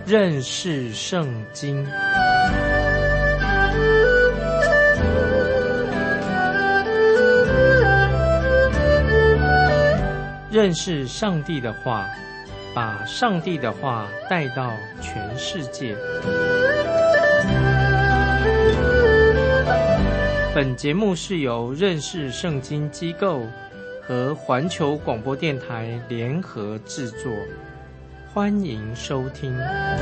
认识圣经。认识上帝的话，把上帝的话带到全世界。本节目是由认识圣经机构和环球广播电台联合制作，欢迎收听。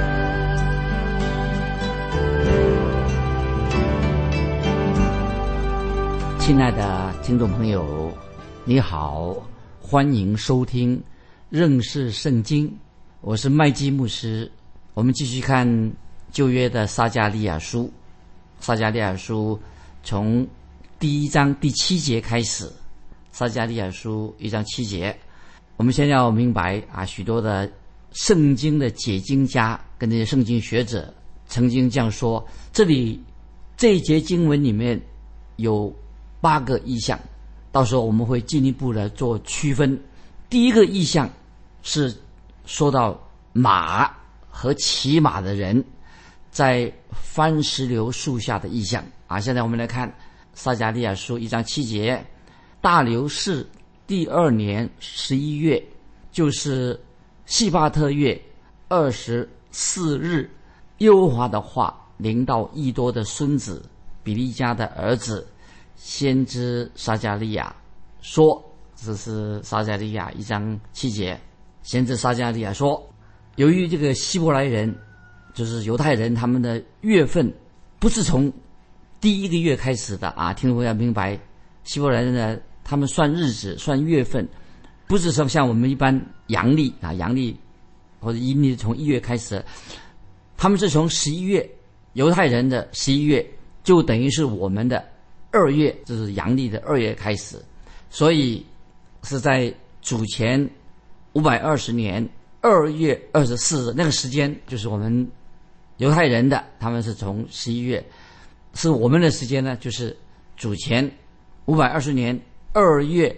亲爱的听众朋友，你好，欢迎收听认识圣经，我是麦基牧师。我们继续看旧约的撒迦利亚书，撒迦利亚书从第1章第7节开始。撒迦利亚书1章7节，我们先要明白许多的圣经的解经家跟这些圣经学者曾经这样说，这一节经文里面有8个意象，到时候我们会进一步的做区分。第一个意象是说到马和骑马的人在番石榴树下的意象现在我们来看撒迦利亚书1章7节，大流士第2年11月，就是西巴特月24日，耶和华的话临到益多的孙子比利家的儿子先知撒迦利亚说，这是撒迦利亚1章7节。先知撒迦利亚说，由于这个希伯来人就是犹太人，他们的月份不是从第1个月开始的听众朋友要明白，希伯来人呢，他们算日子算月份不是说像我们一般阳历或者阴历从1月开始，他们是从11月，犹太人的11月就等于是我们的2月，就是阳历的2月开始，所以是在主前520年2月24日那个时间，就是我们犹太人的，他们是从11月，是我们的时间呢，就是主前520年2月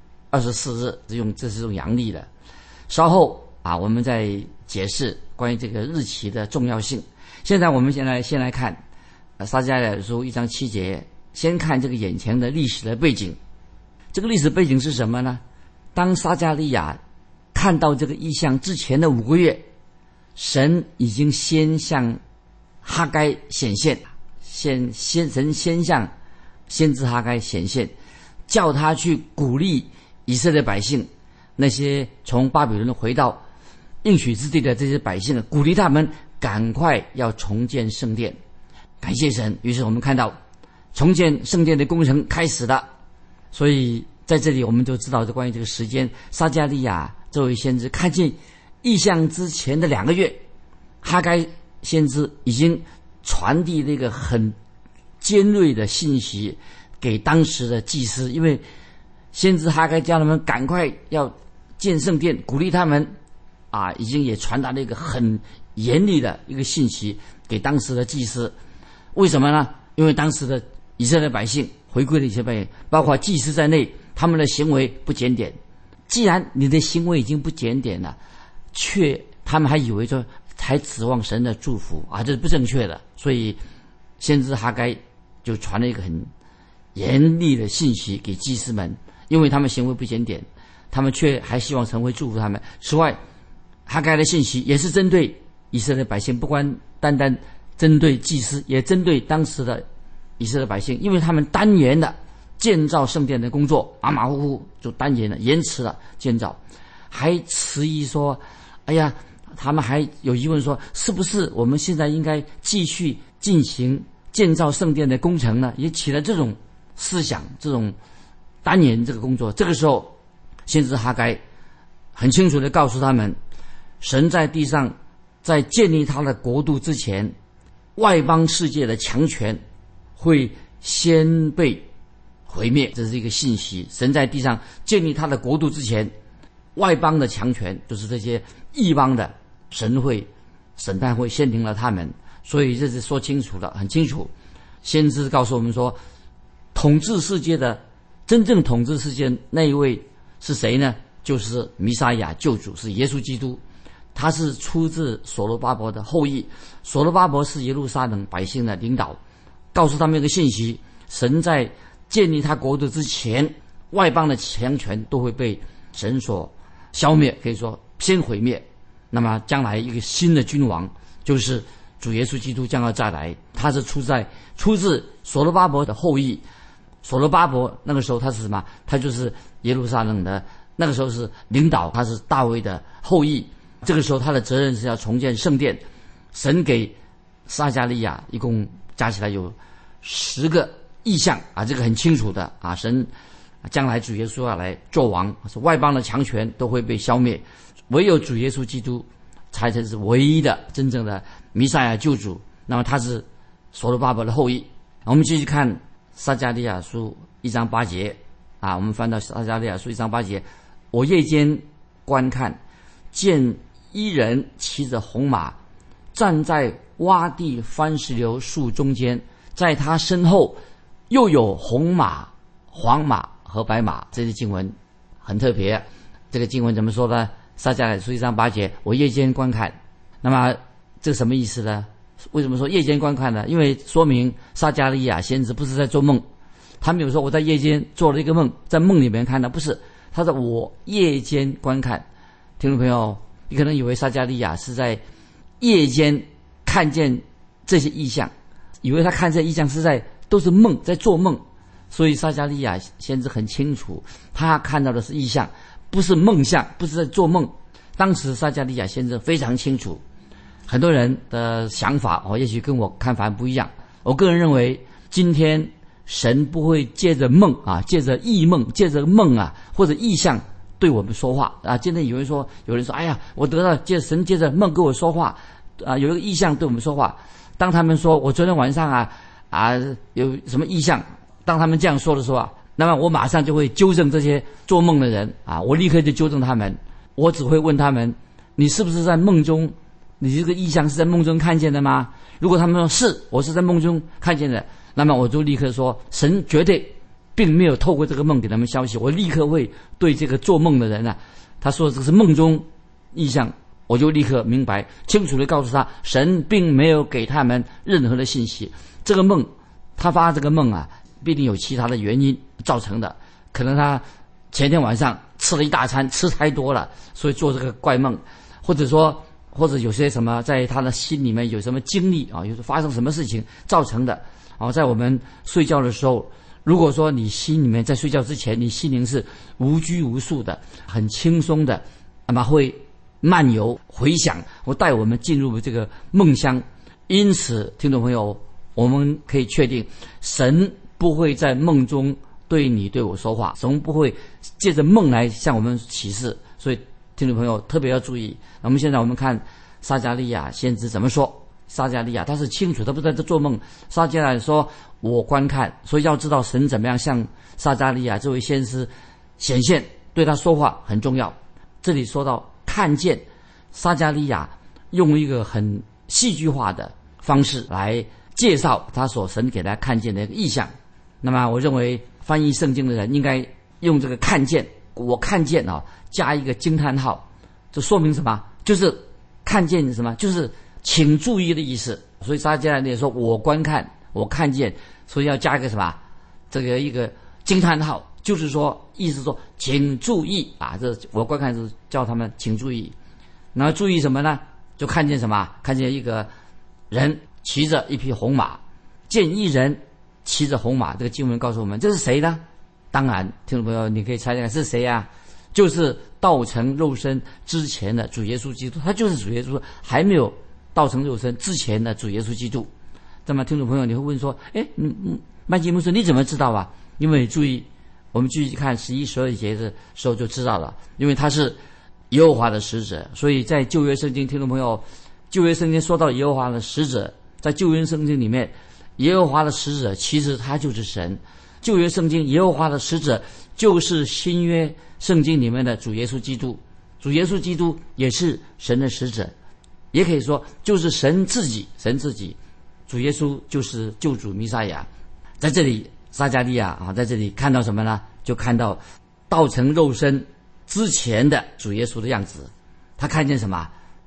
24日，这是用阳历的。稍后我们再解释关于这个日期的重要性。现在我们先来看撒迦利亚书1章7节，先看这个眼前的历史的背景。这个历史背景是什么呢？当撒迦利亚看到这个异象之前的5个月，神已经先向哈该显现，神先向先知哈该显现，叫他去鼓励以色列百姓，那些从巴比伦回到应许之地的这些百姓，鼓励他们赶快要重建圣殿。感谢神，于是我们看到重建圣殿的工程开始了。所以在这里我们就知道关于这个时间，撒迦利亚这位先知看见异象之前的2个月，哈该先知已经传递那个很尖锐的信息给当时的祭司，因为先知哈该叫他们赶快要建圣殿，鼓励他们已经也传达了一个很严厉的一个信息给当时的祭司。为什么呢？因为当时的以色列百姓，回归的以色列百姓，包括祭司在内，他们的行为不检点。既然你的行为已经不检点了，他们还以为说还指望神的祝福这是不正确的。所以先知哈该就传了一个很严厉的信息给祭司们，因为他们行为不检点，他们却还希望神会祝福他们。此外，哈该的信息也是针对以色列百姓，不光单单针对祭司，也针对当时的以色列百姓，因为他们单言的建造圣殿的工作马马虎虎，就单言了，延迟了建造，还迟疑说他们还有疑问说，是不是我们现在应该继续进行建造圣殿的工程呢？也起了这种思想，这种单言这个工作。这个时候先知哈该很清楚地告诉他们，神在地上在建立他的国度之前，外邦世界的强权会先被毁灭，这是一个信息。神在地上建立他的国度之前，外邦的强权，就是这些异邦的，神会审判会先临了他们。所以这是说清楚了，很清楚。先知告诉我们说，统治世界的真正统治世界那一位是谁呢？就是弥撒亚救主，是耶稣基督。 他是出自所罗巴伯的后裔。所罗巴伯是耶路撒冷百姓的领导，告诉他们一个信息：神在建立他国度之前，外邦的强权都会被神所消灭，可以说先毁灭。那么将来一个新的君王，就是主耶稣基督将要再来，他是出自所罗巴伯的后裔。所罗巴伯那个时候他是什么？他就是耶路撒冷的，那个时候是领导，他是大卫的后裔。这个时候他的责任是要重建圣殿。神给撒迦利亚一共加起来有10个意象啊，这个很清楚的啊。神将来主耶稣要来做王，外邦的强权都会被消灭，唯有主耶稣基督才是唯一的真正的弥赛亚救主。那么他是所罗巴伯的后裔。我们继续看撒迦利亚书1章8节啊，我们翻到撒迦利亚书1章8节，我夜间观看，见一人骑着红马，站在洼地番石榴树中间，在他身后又有红马、黄马和白马。这些经文很特别，这个经文怎么说呢？撒迦利亚书1章8节，我夜间观看。那么这什么意思呢？为什么说夜间观看呢？因为说明撒迦利亚先知不是在做梦，他没有说我在夜间做了一个梦，在梦里面看的，不是，他说我夜间观看。听众朋友，你可能以为撒迦利亚是在夜间看见这些异象，以为他看这异象是都是梦，在做梦。所以撒迦利亚先知很清楚，他看到的是异象，不是梦象，不是在做梦。当时撒迦利亚先知非常清楚。很多人的想法也许跟我看法不一样。我个人认为，今天神不会借着梦啊，借着异梦，借着梦啊或者异象对我们说话啊。今天有人说，哎呀，我得到神借着梦跟我说话啊，有一个异象对我们说话。当他们说我昨天晚上有什么异象，当他们这样说的时候啊，那么我马上就会纠正这些做梦的人啊，我立刻就纠正他们。我只会问他们，你是不是在梦中，你这个异象是在梦中看见的吗？如果他们说是，我是在梦中看见的，那么我就立刻说，神绝对并没有透过这个梦给他们消息。我立刻会对这个做梦的人啊，他说这是梦中异象，我就立刻明白，清楚地告诉他，神并没有给他们任何的信息。这个梦，他发这个梦啊，必定有其他的原因造成的，可能他前天晚上吃了一大餐，吃太多了，所以做这个怪梦，或者有些什么在他的心里面有什么经历啊，有发生什么事情造成的啊。在我们睡觉的时候，如果说你心里面在睡觉之前，你心灵是无拘无束的，很轻松的，那么会漫游回想，会带我们进入这个梦乡。因此，听众朋友，我们可以确定，神不会在梦中对你对我说话，神不会借着梦来向我们启示。所以听众朋友特别要注意。现在我们看撒迦利亚先知怎么说。撒迦利亚他是清楚，他不是在做梦。撒迦利亚说我观看，所以要知道神怎么样向撒迦利亚这位先知显现，对他说话很重要。这里说到看见，撒迦利亚用一个很戏剧化的方式来介绍他所神给他看见的一个意象。那么我认为翻译圣经的人应该用这个看见，我看见加一个惊叹号，这说明什么？就是看见什么？就是请注意的意思。所以撒迦利亚说我观看，我看见，所以要加一个什么？这个一个惊叹号，就是说意思说请注意啊！这我观看是叫他们请注意。那注意什么呢？就看见什么？看见一个人骑着一匹红马，见一人骑着红马。这个经文告诉我们这是谁呢？当然听众朋友你可以猜猜是谁啊？就是道成肉身之前的主耶稣基督，他就是主耶稣，还没有道成肉身之前的主耶稣基督。那么听众朋友你会问说，麦基牧师你怎么知道啊？因为注意，我们继续看11、12节的时候就知道了，因为他是耶和华的使者。所以在旧约圣经，听众朋友，旧约圣经说到耶和华的使者，在旧约圣经里面，耶和华的使者其实他就是神。旧约圣经耶和华的使者就是新约圣经里面的主耶稣基督，主耶稣基督也是神的使者，也可以说就是神自己，主耶稣就是救主弥赛亚。在这里撒迦利亚在这里看到什么呢？就看到道成肉身之前的主耶稣的样子。他看见什么？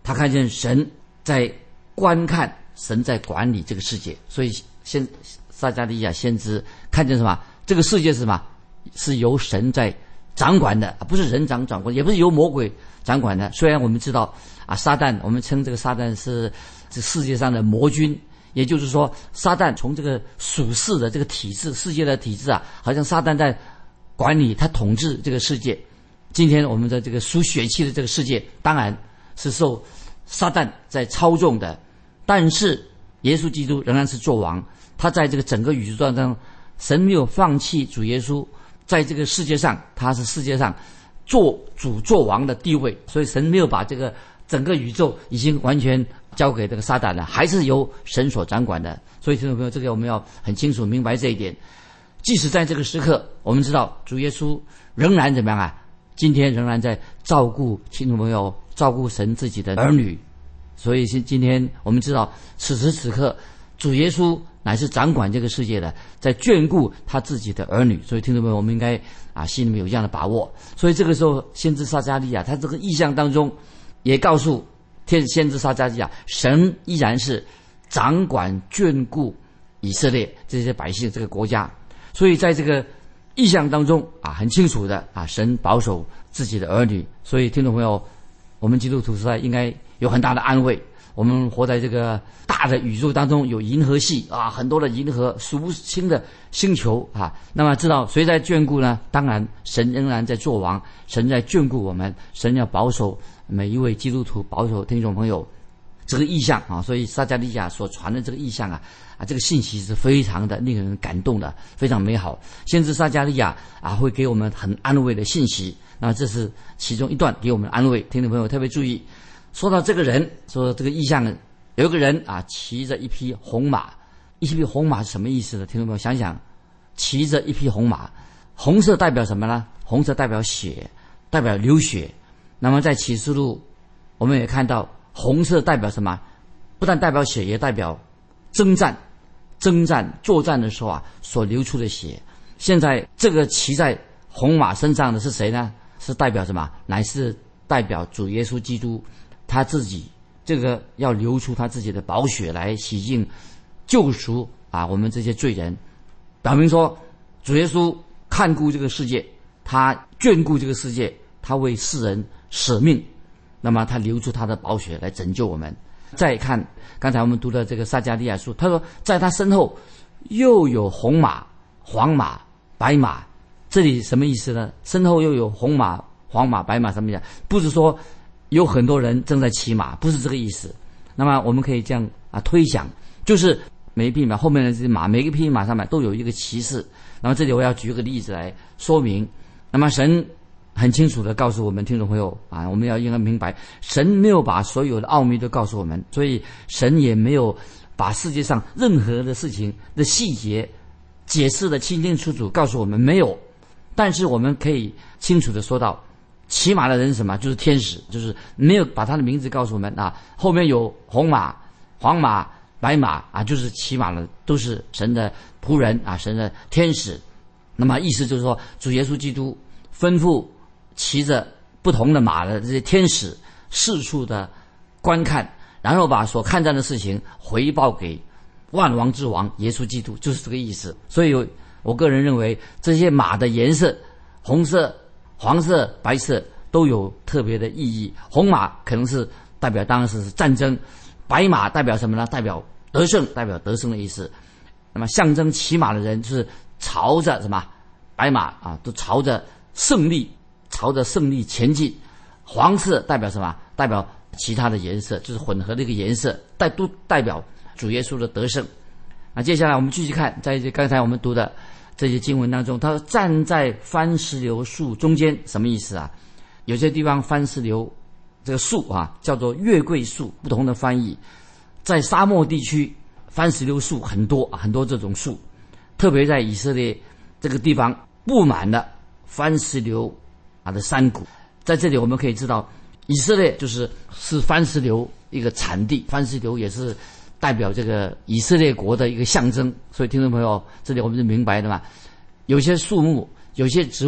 他看见神在观看，神在管理这个世界。所以撒迦利亚先知看见什么？这个世界是什么？是由神在掌管的，不是人掌管，也不是由魔鬼掌管的。虽然我们知道撒旦，我们称这个撒旦是这世界上的魔君，也就是说撒旦从这个属世的这个体制，世界的体制好像撒旦在管理，他统治这个世界。今天我们的这个属血气的这个世界当然是受撒旦在操纵的，但是耶稣基督仍然是作王。他在这个整个宇宙当中，神没有放弃主耶稣，在这个世界上他是世界上做主做王的地位，所以神没有把这个整个宇宙已经完全交给这个撒旦了，还是由神所掌管的。所以听众朋友，这个我们要很清楚明白这一点。即使在这个时刻，我们知道主耶稣仍然怎么样今天仍然在照顾听众朋友，照顾神自己的儿女。所以今天我们知道此时此刻主耶稣乃是掌管这个世界的，在眷顾他自己的儿女。所以听众朋友，我们应该心里面有这样的把握。所以这个时候先知撒迦利亚他这个意象当中也告诉先知撒迦利亚，神依然是掌管眷顾以色列这些百姓这个国家。所以在这个意象当中很清楚的神保守自己的儿女。所以听众朋友，我们基督徒时代应该有很大的安慰。我们活在这个大的宇宙当中，有银河系很多的银河，数不清的星球那么知道谁在眷顾呢？当然神仍然在作王，神在眷顾我们，神要保守每一位基督徒，保守听众朋友这个意象所以撒迦利亚所传的这个意象这个信息是非常的令人感动的，非常美好。先知撒迦利亚会给我们很安慰的信息。那这是其中一段给我们安慰，听众朋友特别注意。说到这个人，说这个意象，有一个人骑着一匹红马。一匹红马是什么意思呢？听众朋友想想，骑着一匹红马，红色代表什么呢？红色代表血，代表流血。那么在启示录我们也看到红色代表什么？不但代表血，也代表征战作战的时候所流出的血。现在这个骑在红马身上的是谁呢？是代表什么？乃是代表主耶稣基督，他自己这个要流出他自己的宝血来洗净救赎我们这些罪人，表明说主耶稣看顾这个世界，他眷顾这个世界，他为世人舍命，那么他流出他的宝血来拯救我们。再看刚才我们读的这个撒迦利亚书，他说在他身后又有红马、黄马、白马。这里什么意思呢？身后又有红马、黄马、白马，什么意思？不是说有很多人正在骑马，不是这个意思。那么我们可以这样推想，就是每一匹马后面的这些马，每一匹马上面都有一个骑士。那么这里我要举个例子来说明。那么神很清楚地告诉我们听众朋友我们要应该明白，神没有把所有的奥秘都告诉我们，所以神也没有把世界上任何的事情的细节解释得清清楚楚告诉我们，没有。但是我们可以清楚地说到，骑马的人是什么？就是天使，就是没有把他的名字告诉我们后面有红马、黄马、白马就是骑马的都是神的仆人神的天使。那么意思就是说，主耶稣基督吩咐骑着不同的马的这些天使四处的观看，然后把所看见的事情回报给万王之王耶稣基督，就是这个意思。所以我个人认为这些马的颜色，红色、黄色、白色都有特别的意义。红马可能是代表当时是战争，白马代表什么呢？代表得胜，代表得胜的意思。那么象征骑马的人就是朝着什么？白马都朝着胜利前进。黄色代表什么？代表其他的颜色，就是混合的一个颜色，都代表主耶稣的得胜。接下来我们继续看，在刚才我们读的这些经文当中，他说站在番石榴树中间，什么意思有些地方番石榴这个树叫做月桂树，不同的翻译。在沙漠地区，番石榴树很多这种树，特别在以色列这个地方布满了番石榴的山谷。在这里我们可以知道，以色列是番石榴一个产地，番石榴也是代表这个以色列国的一个象征。所以听众朋友，这里我们就明白了嘛，有些树木有些植物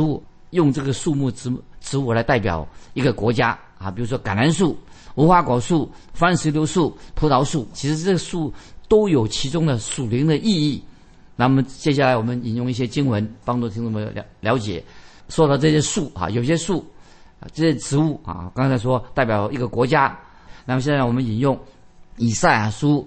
用这个树木植物来代表一个国家啊，比如说橄榄树、无花果树、番石榴树、葡萄树，其实这个树都有其中的属灵的意义。那么接下来我们引用一些经文，帮助听众朋友了解。说到这些树啊，有些树这些植物啊，刚才说代表一个国家。那么现在我们引用以赛亚书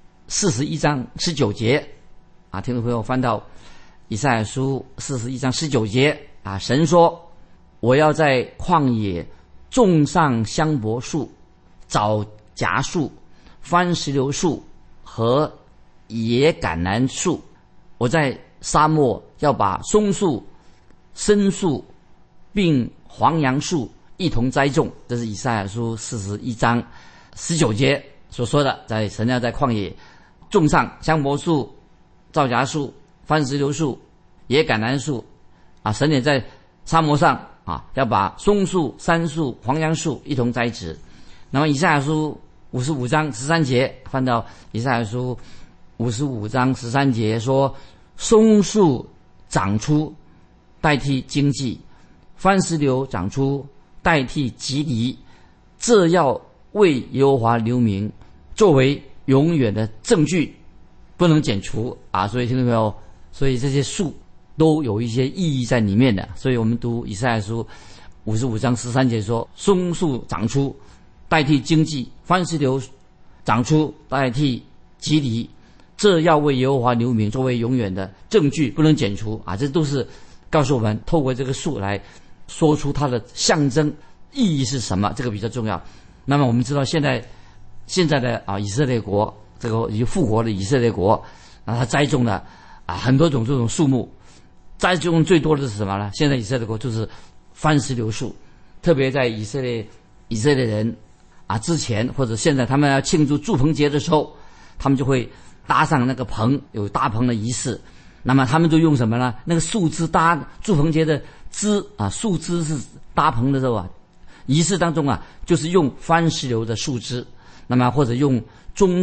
41章19节啊，听众朋友翻到以赛亚书41章19节啊，神说：“我要在旷野种上香柏树、枣荚树、番石榴树和野橄榄树。我在沙漠要把松树、参树并黄杨树一同栽种。”这是以赛亚书41章19节所说的，在神要在旷野种上香柏树、皂荚树、番石榴树、野橄榄树啊，神也在沙漠上啊，要把松树、杉树、黄杨树一同栽植。那么以赛亚书55章13节，翻到以赛亚书55章13节说：“松树长出代替荆棘，番石榴长出代替蒺藜，这要为耶和华留名，作为永远的证据，不能剪除啊！”所以听到没有？所以这些树都有一些意义在里面的。所以我们读以赛亚书55章13节说：“松树长出代替荆棘，番石榴长出代替蒺藜，这要为耶和华留名，作为永远的证据，不能剪除啊！”这都是告诉我们，透过这个树来说出它的象征意义是什么，这个比较重要。那么我们知道现在的以色列国，这个已经复活的以色列国啊，它栽种了很多种这种树木，栽种最多的是什么呢？现在以色列国就是番石榴树，特别在以色列人之前或者现在他们要庆祝祝棚节的时候，他们就会搭上那个棚，有搭棚的仪式。那么他们就用什么呢？那个树枝搭祝棚节的枝啊，树枝是搭棚的时候仪式当中就是用番石榴的树枝，那么或者用棕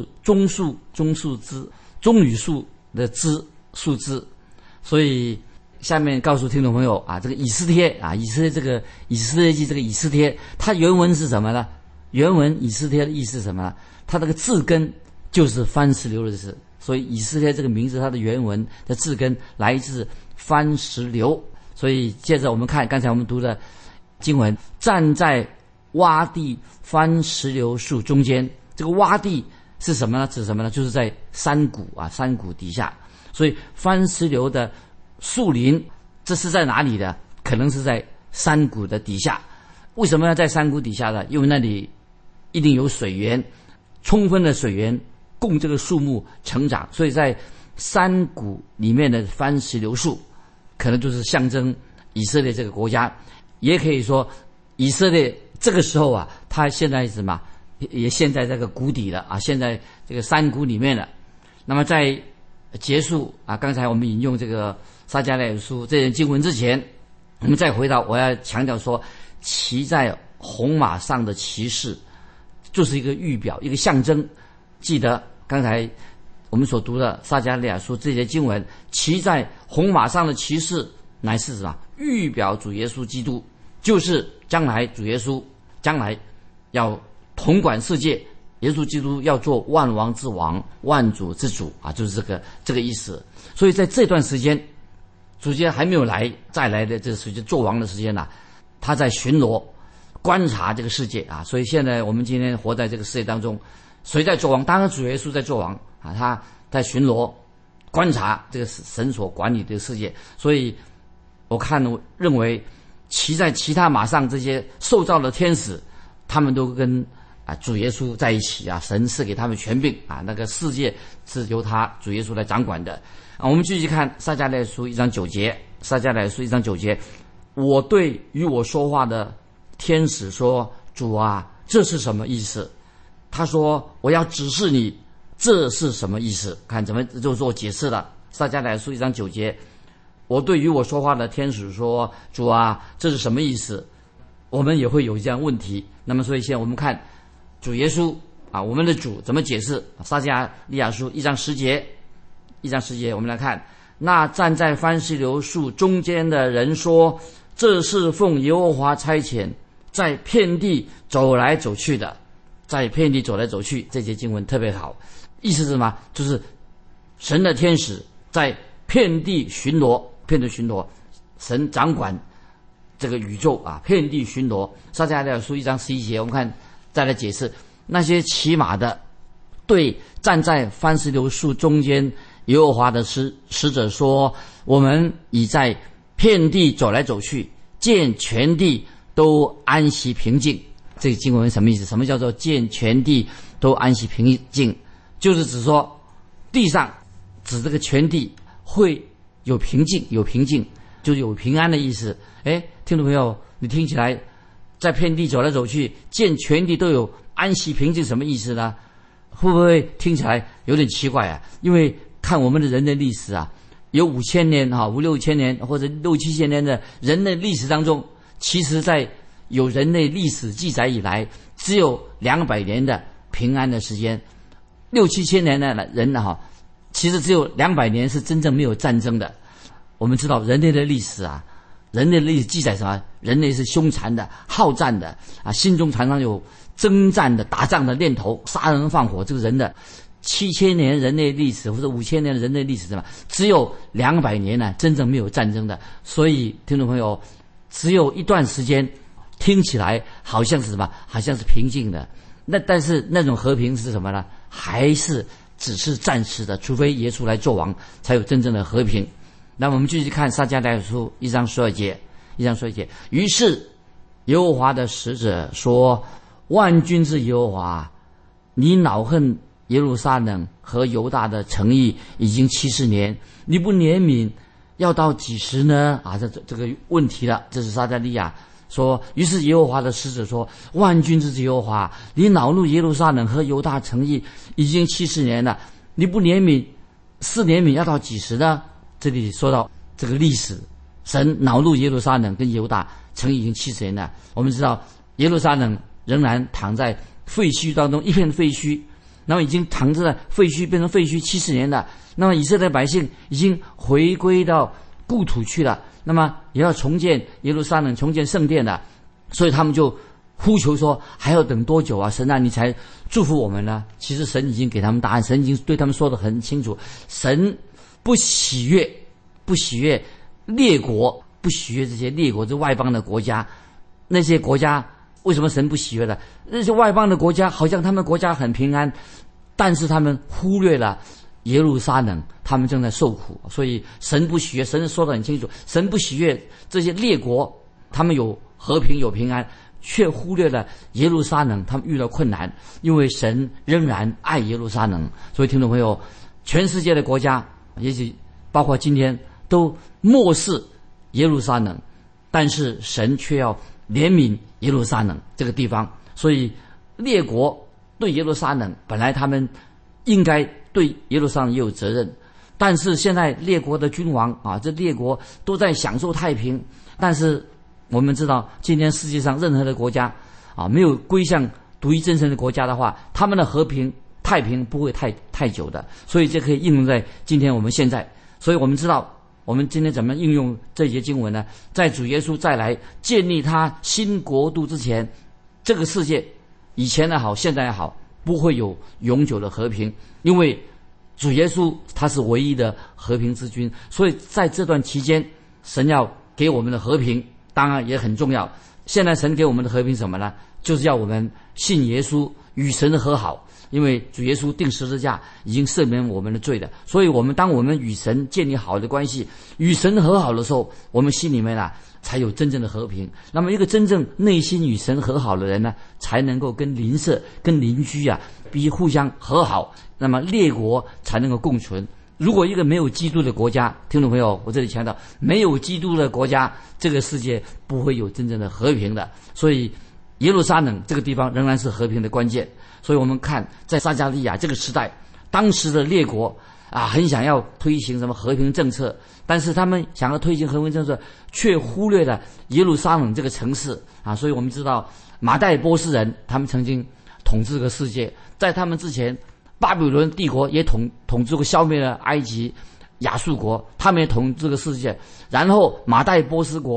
榈树的树枝。所以下面告诉听众朋友这个以斯帖以色列记这个以斯帖，它原文是什么呢？原文以斯帖的意思是什么呢？它这个字根就是番石榴的意思，所以以斯帖这个名字它的原文的字根来自番石榴。所以接着我们看刚才我们读的经文，站在洼地番石榴树中间。这个洼地是什么呢？指什么呢？就是在山谷底下。所以番石榴的树林，这是在哪里的？可能是在山谷的底下。为什么要在山谷底下呢？因为那里一定有水源，充分的水源供这个树木成长。所以在山谷里面的番石榴树可能就是象征以色列这个国家。也可以说以色列这个时候它现在什么也陷在这个谷底了陷在这个山谷里面了。那么在结束刚才我们引用这个撒迦利亚书这些经文之前，我们再回到我要强调说，骑在红马上的骑士就是一个预表，一个象征。记得刚才我们所读的撒迦利亚书这些经文，骑在红马上的骑士乃是什么？预表主耶稣基督，就是将来主耶稣将来要统管世界，耶稣基督要做万王之王、万主之主就是这个意思。所以在这段时间，主耶稣还没有再来的这时间做王的时间他在巡逻观察这个世界所以现在我们今天活在这个世界当中，谁在做王？当然主耶稣在做王他在巡逻观察这个神所管理的世界。所以我认为骑在其他马上这些受造的天使，他们都跟主耶稣在一起神赐给他们权柄那个世界是由主耶稣来掌管的我们继续看撒迦利亚书1章9节。撒迦利亚书1章9节，我对与我说话的天使说：“主这是什么意思？”他说：“我要指示你，这是什么意思？”看怎么就做解释了。撒迦利亚书1章9节，我对与我说话的天使说：“主这是什么意思？”我们也会有这样问题。那么所以现在我们看主耶稣我们的主怎么解释撒迦利亚书1章10节。1章10节我们来看，那站在番石榴树中间的人说：“ 这是奉耶和华差遣，在遍地走来走去的。在遍地走来走去，这节经文特别好，意思是什么？就是神的天使在遍地巡逻，遍地巡逻，神掌管这个宇宙啊，遍地巡逻。撒迦利亚书1章11节，我们看再来解释，那些骑马的对站在番石榴树中间耶和华的使者说：我们已在遍地走来走去，见全地都安息平静。这个经文什么意思？什么叫做见全地都安息平静？就是指说地上指这个全地会有平静，有平静就是有平安的意思。听众朋友，你听起来在遍地走来走去，见全地都有安息平静，什么意思呢？会不会听起来有点奇怪啊？因为看我们的人类历史啊，有5000年5、6千年或者6、7千年的人类历史当中，其实在有人类历史记载以来，只有200年的平安的时间。6、7千年的人其实只有200年是真正没有战争的。我们知道人类的历史啊，人类的历史记载什么？人类是凶残的、好战的啊，心中常常有征战的、打仗的念头，杀人放火。这个人的7000年人类历史或者5000年的人类历史什么？只有200年呢，真正没有战争的。所以听众朋友，只有一段时间听起来好像是什么？好像是平静的。但是那种和平是什么呢？还是只是暂时的，除非耶稣来做王，才有真正的和平。那我们继续看撒迦利亚书1章12节，于是耶和华的使者说：万军之耶和华，你恼恨耶路撒冷和犹大的城邑已经70年，你不怜悯，要到几时呢？这个问题了。这是撒迦利亚说，于是耶和华的使者说：万军之耶和华，你恼怒耶路撒冷和犹大城邑已经70年了，你不怜悯，是怜悯要到几时呢？这里说到这个历史，神恼怒耶路撒冷跟犹大城邑已经70年了。我们知道耶路撒冷仍然躺在废墟当中，一片废墟，那么已经躺着废墟变成废墟70年了。那么以色列百姓已经回归到故土去了，那么也要重建耶路撒冷，重建圣殿了。所以他们就呼求说，还要等多久啊？神啊，你才祝福我们呢？其实神已经给他们答案，神已经对他们说得很清楚，神不喜悦列国，不喜悦这些列国，这外邦的国家。那些国家为什么神不喜悦呢？那些外邦的国家好像他们国家很平安，但是他们忽略了耶路撒冷，他们正在受苦。所以神不喜悦，神说得很清楚，神不喜悦这些列国，他们有和平有平安，却忽略了耶路撒冷，他们遇到困难，因为神仍然爱耶路撒冷。所以听众朋友，全世界的国家，也许包括今天，都漠视耶路撒冷，但是神却要怜悯耶路撒冷这个地方。所以列国对耶路撒冷，本来他们应该对耶路撒冷也有责任，但是现在列国的君王这列国都在享受太平。但是我们知道，今天世界上任何的国家没有归向独一真神的国家的话，他们的和平太平不会太久的。所以这可以应用在今天我们现在。所以我们知道，我们今天怎么应用这节经文呢？在主耶稣再来建立他新国度之前，这个世界以前的好，现在也好，不会有永久的和平，因为主耶稣他是唯一的和平之君。所以在这段期间，神要给我们的和平当然也很重要。现在神给我们的和平是什么呢？就是要我们信耶稣，与神和好。因为主耶稣钉十字架已经赦免我们的罪了，所以当我们与神建立好的关系，与神和好的时候，我们心里面才有真正的和平。那么一个真正内心与神和好的人呢，才能够跟邻舍跟邻居互相和好，那么列国才能够共存。如果一个没有基督的国家，听众朋友，我这里强调，没有基督的国家，这个世界不会有真正的和平的。所以耶路撒冷这个地方仍然是和平的关键。所以我们看在撒迦利亚这个时代，当时的列国很想要推行什么和平政策，但是他们想要推行和平政策，却忽略了耶路撒冷这个城市所以我们知道马代波斯人他们曾经统治这个世界，在他们之前巴比伦帝国也统治过，消灭了埃及亚述国，他们也统治这个世界。然后马代波斯国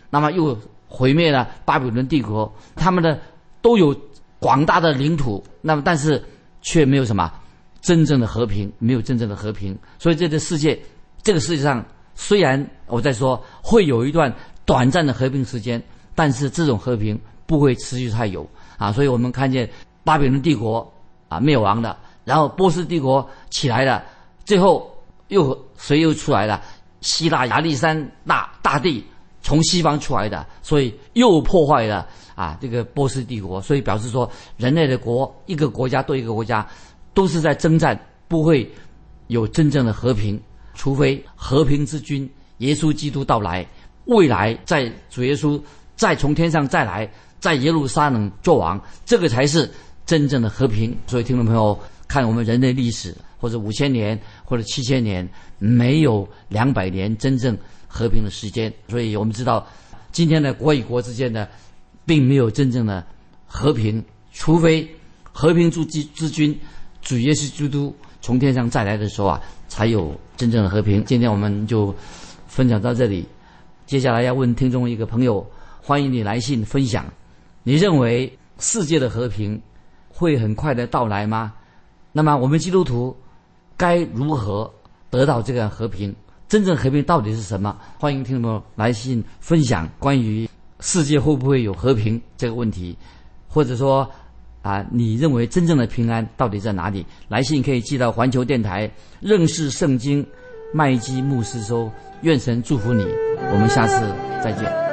那么又毁灭了巴比伦帝国，他们的都有广大的领土，那么但是却没有什么真正的和平，没有真正的和平。所以这个世界上，虽然我在说会有一段短暂的和平时间，但是这种和平不会持续太久啊。所以我们看见巴比伦帝国啊灭亡了，然后波斯帝国起来了，最后谁又出来了？希腊亚历山大帝从西方出来的，所以又破坏了这个波斯帝国。所以表示说，人类的一个国家对一个国家都是在征战，不会有真正的和平，除非和平之君耶稣基督到来，未来在主耶稣再从天上再来，在耶路撒冷作王，这个才是真正的和平。所以听众朋友，看我们人类历史，或者5000年或者7000年，没有200年真正和平的时间。所以我们知道今天的国与国之间的并没有真正的和平，除非和平之君主耶稣基督从天上再来的时候才有真正的和平。今天我们就分享到这里，接下来要问听众一个朋友，欢迎你来信分享，你认为世界的和平会很快的到来吗？那么我们基督徒该如何得到这个和平？真正和平到底是什么？欢迎听众朋友来信分享关于世界会不会有和平这个问题，或者说你认为真正的平安到底在哪里？来信可以寄到环球电台认识圣经麦基牧师收。愿神祝福你，我们下次再见。